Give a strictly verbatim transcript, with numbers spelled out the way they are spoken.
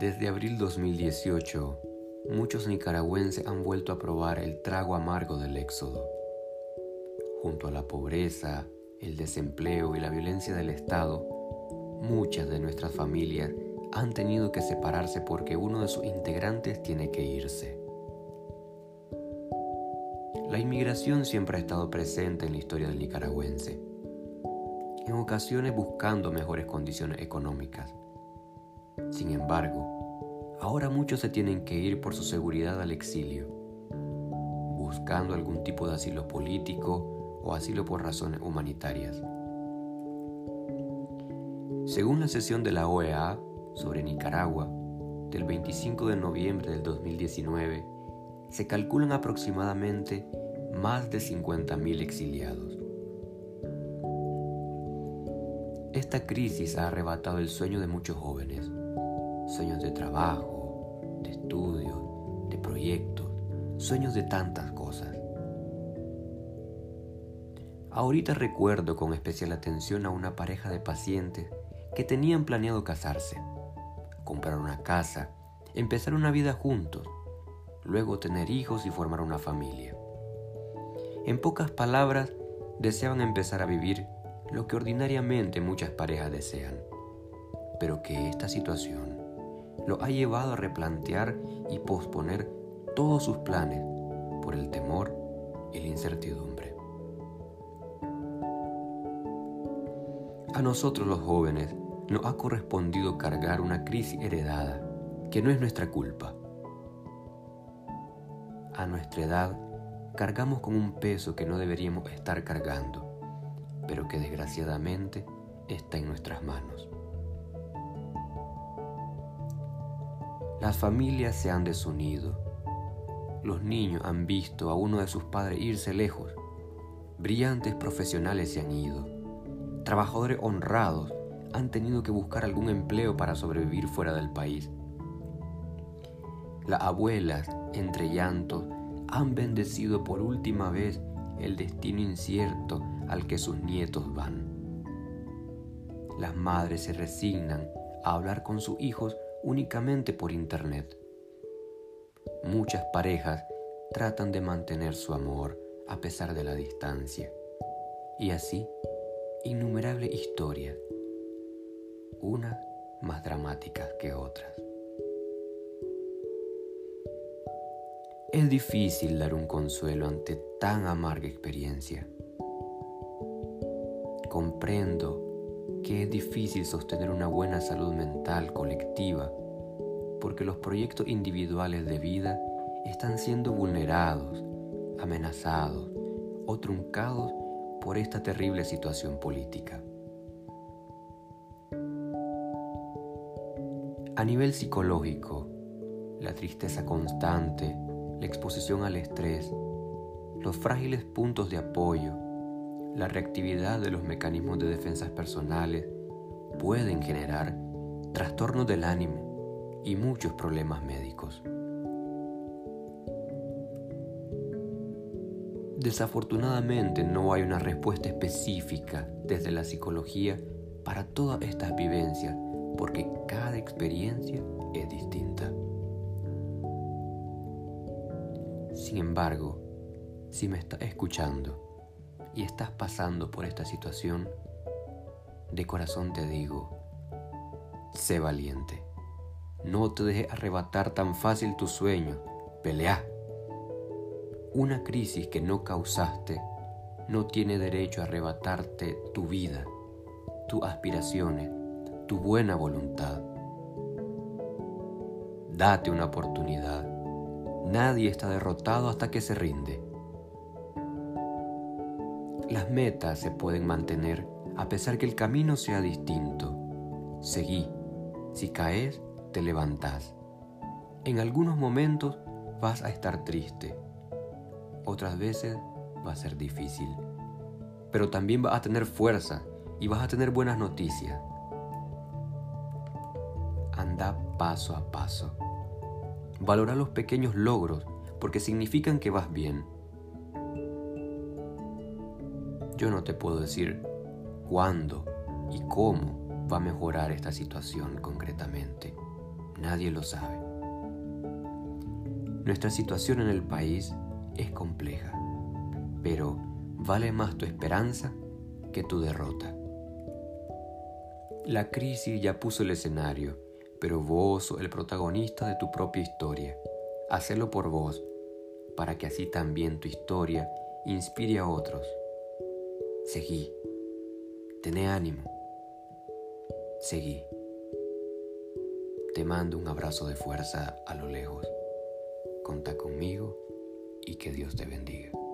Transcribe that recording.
Desde abril dos mil dieciocho, muchos nicaragüenses han vuelto a probar el trago amargo del éxodo. Junto a la pobreza, el desempleo y la violencia del Estado, muchas de nuestras familias han tenido que separarse porque uno de sus integrantes tiene que irse. La inmigración siempre ha estado presente en la historia del nicaragüense, en ocasiones buscando mejores condiciones económicas. Sin embargo, ahora muchos se tienen que ir por su seguridad al exilio, buscando algún tipo de asilo político o asilo por razones humanitarias. Según la sesión de la O E A sobre Nicaragua del veinticinco de noviembre del dos mil diecinueve, se calculan aproximadamente más de cincuenta mil exiliados. Esta crisis ha arrebatado el sueño de muchos jóvenes, sueños de trabajo, de estudios, de proyectos, sueños de tantas cosas. Ahorita recuerdo con especial atención a una pareja de pacientes que tenían planeado casarse, comprar una casa, empezar una vida juntos, luego tener hijos y formar una familia. En pocas palabras, deseaban empezar a vivir lo que ordinariamente muchas parejas desean, pero que esta situación lo ha llevado a replantear y posponer todos sus planes por el temor y la incertidumbre. A nosotros los jóvenes nos ha correspondido cargar una crisis heredada que no es nuestra culpa. A nuestra edad cargamos con un peso que no deberíamos estar cargando, pero que desgraciadamente está en nuestras manos. Las familias se han desunido. Los niños han visto a uno de sus padres irse lejos. Brillantes profesionales se han ido. Trabajadores honrados han tenido que buscar algún empleo para sobrevivir fuera del país. Las abuelas, entre llantos, han bendecido por última vez el destino incierto al que sus nietos van. Las madres se resignan a hablar con sus hijos únicamente por internet. Muchas parejas tratan de mantener su amor a pesar de la distancia. Y así, innumerables historias, unas más dramáticas que otras. Es difícil dar un consuelo ante tan amarga experiencia. Comprendo que es difícil sostener una buena salud mental colectiva porque los proyectos individuales de vida están siendo vulnerados, amenazados o truncados por esta terrible situación política. A nivel psicológico, la tristeza constante, la exposición al estrés, los frágiles puntos de apoyo, la reactividad de los mecanismos de defensa personales pueden generar trastornos del ánimo y muchos problemas médicos. Desafortunadamente no hay una respuesta específica desde la psicología para todas estas vivencias porque cada experiencia es distinta. Sin embargo, si me estás escuchando y estás pasando por esta situación, de corazón te digo, sé valiente. No te dejes arrebatar tan fácil tus sueños. Pelea. Una crisis que no causaste no tiene derecho a arrebatarte tu vida, tus aspiraciones, tu buena voluntad. Date una oportunidad. Nadie está derrotado hasta que se rinde. Las metas se pueden mantener a pesar que el camino sea distinto. Seguí. Si caes, te levantás. En algunos momentos vas a estar triste. Otras veces va a ser difícil. Pero también vas a tener fuerza y vas a tener buenas noticias. Anda paso a paso. Valora los pequeños logros porque significan que vas bien. Yo no te puedo decir cuándo y cómo va a mejorar esta situación concretamente. Nadie lo sabe. Nuestra situación en el país es compleja, pero vale más tu esperanza que tu derrota. La crisis ya puso el escenario, pero vos sos el protagonista de tu propia historia. Hacelo por vos, para que así también tu historia inspire a otros. Seguí, tené ánimo, seguí. Te mando un abrazo de fuerza a lo lejos. Contá conmigo y que Dios te bendiga.